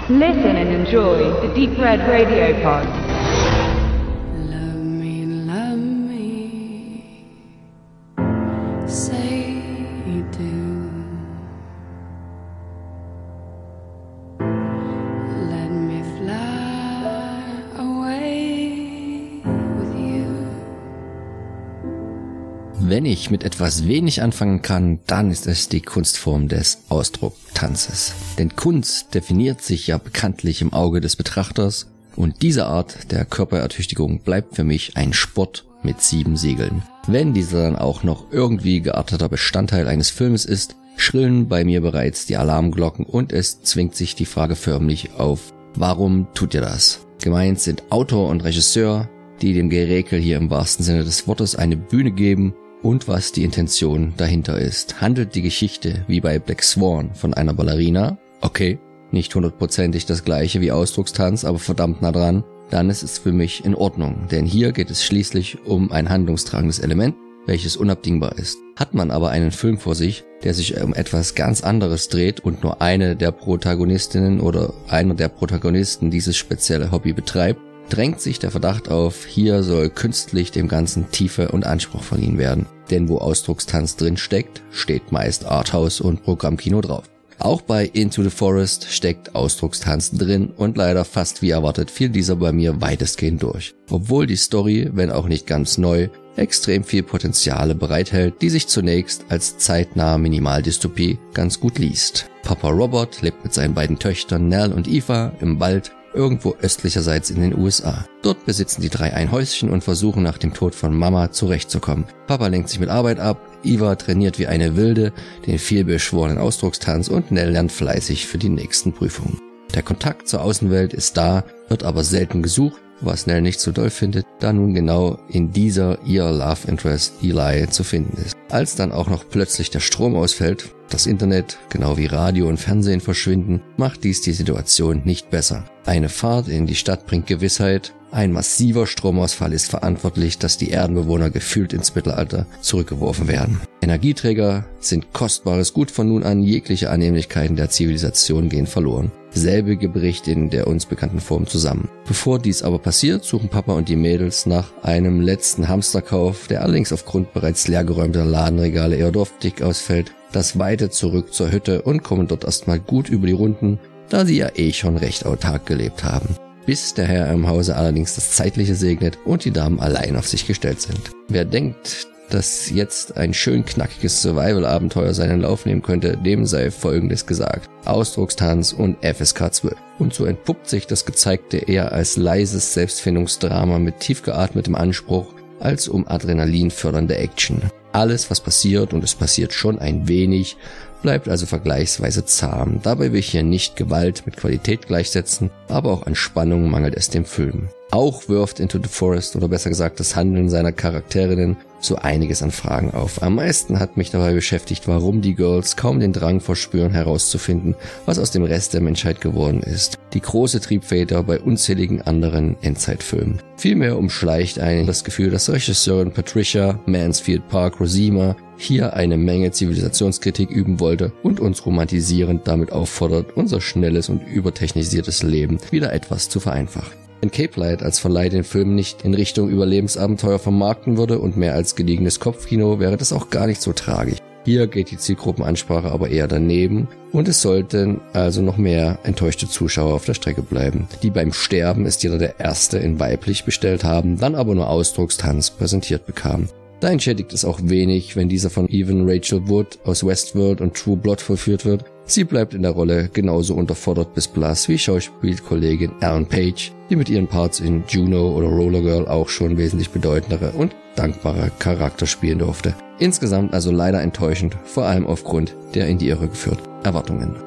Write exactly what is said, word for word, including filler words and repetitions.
Listen and enjoy the Deep Red Radio Pod. Love me, love me, say you do. Let me fly away with you. Wenn ich mit etwas wenig anfangen kann, dann ist es die Kunstform des Ausdrucktanzes. Denn Kunst definiert sich ja bekanntlich im Auge des Betrachters und diese Art der Körperertüchtigung bleibt für mich ein Sport mit sieben Siegeln. Wenn dieser dann auch noch irgendwie gearteter Bestandteil eines Filmes ist, schrillen bei mir bereits die Alarmglocken und es zwingt sich die Frage förmlich auf: Warum tut ihr das? Gemeint sind Autor und Regisseur, die dem Geräkel hier im wahrsten Sinne des Wortes eine Bühne geben, und was die Intention dahinter ist. Handelt die Geschichte wie bei Black Swan von einer Ballerina? Okay, nicht hundertprozentig das gleiche wie Ausdruckstanz, aber verdammt nah dran. Dann ist es für mich in Ordnung, denn hier geht es schließlich um ein handlungstragendes Element, welches unabdingbar ist. Hat man aber einen Film vor sich, der sich um etwas ganz anderes dreht und nur eine der Protagonistinnen oder einer der Protagonisten dieses spezielle Hobby betreibt, drängt sich der Verdacht auf, hier soll künstlich dem Ganzen Tiefe und Anspruch verliehen werden. Denn wo Ausdruckstanz drin steckt, steht meist Arthouse und Programmkino drauf. Auch bei Into the Forest steckt Ausdruckstanz drin und leider fast wie erwartet fiel dieser bei mir weitestgehend durch. Obwohl die Story, wenn auch nicht ganz neu, extrem viel Potenziale bereithält, die sich zunächst als zeitnahe Minimaldystopie ganz gut liest. Papa Robert lebt mit seinen beiden Töchtern Nell und Eva im Wald, irgendwo östlicherseits in den U S A. Dort besitzen die drei ein Häuschen und versuchen nach dem Tod von Mama zurechtzukommen. Papa lenkt sich mit Arbeit ab, Eva trainiert wie eine Wilde den vielbeschworenen Ausdruckstanz und Nell lernt fleißig für die nächsten Prüfungen. Der Kontakt zur Außenwelt ist da, wird aber selten gesucht, was Nell nicht so doll findet, da nun genau in dieser ihr Love Interest Eli zu finden ist. Als dann auch noch plötzlich der Strom ausfällt, das Internet, genau wie Radio und Fernsehen verschwinden, macht dies die Situation nicht besser. Eine Fahrt in die Stadt bringt Gewissheit, ein massiver Stromausfall ist verantwortlich, dass die Erdenbewohner gefühlt ins Mittelalter zurückgeworfen werden. Energieträger sind kostbares Gut von nun an, jegliche Annehmlichkeiten der Zivilisation gehen verloren. Selbige bricht in der uns bekannten Form zusammen. Bevor dies aber passiert, suchen Papa und die Mädels nach einem letzten Hamsterkauf, der allerdings aufgrund bereits leergeräumter Ladenregale eher dürftig ausfällt, das Weite zurück zur Hütte und kommen dort erstmal gut über die Runden, da sie ja eh schon recht autark gelebt haben. Bis der Herr im Hause allerdings das Zeitliche segnet und die Damen allein auf sich gestellt sind. Wer denkt, dass jetzt ein schön knackiges Survival-Abenteuer seinen Lauf nehmen könnte, dem sei Folgendes gesagt: Ausdruckstanz und F S K zwölf. Und so entpuppt sich das Gezeigte eher als leises Selbstfindungsdrama mit tief geatmetem Anspruch als um Adrenalin fördernde Action. Alles, was passiert, und es passiert schon ein wenig, bleibt also vergleichsweise zahm. Dabei will ich hier nicht Gewalt mit Qualität gleichsetzen, aber auch an Spannung mangelt es dem Film. Auch wirft Into the Forest, oder besser gesagt das Handeln seiner Charakterinnen, so einiges an Fragen auf. Am meisten hat mich dabei beschäftigt, warum die Girls kaum den Drang verspüren, herauszufinden, was aus dem Rest der Menschheit geworden ist. Die große Triebfeder bei unzähligen anderen Endzeitfilmen. Vielmehr umschleicht einen das Gefühl, dass Regisseurin Patricia Mansfield Park Rosima hier eine Menge Zivilisationskritik üben wollte und uns romantisierend damit auffordert, unser schnelles und übertechnisiertes Leben wieder etwas zu vereinfachen. Wenn Cape Light als Verleih den Film nicht in Richtung Überlebensabenteuer vermarkten würde und mehr als gediegenes Kopfkino, wäre das auch gar nicht so tragisch. Hier geht die Zielgruppenansprache aber eher daneben und es sollten also noch mehr enttäuschte Zuschauer auf der Strecke bleiben, die beim Sterben ist jeder der Erste in weiblich bestellt haben, dann aber nur Ausdruckstanz präsentiert bekamen. Da entschädigt es auch wenig, wenn dieser von Evan Rachel Wood aus Westworld und True Blood vollführt wird. Sie bleibt in der Rolle genauso unterfordert bis blass wie Schauspielkollegin Ellen Page, die mit ihren Parts in Juno oder Roller Girl auch schon wesentlich bedeutendere und dankbare Charakter spielen durfte. Insgesamt also leider enttäuschend, vor allem aufgrund der in die Irre geführten Erwartungen.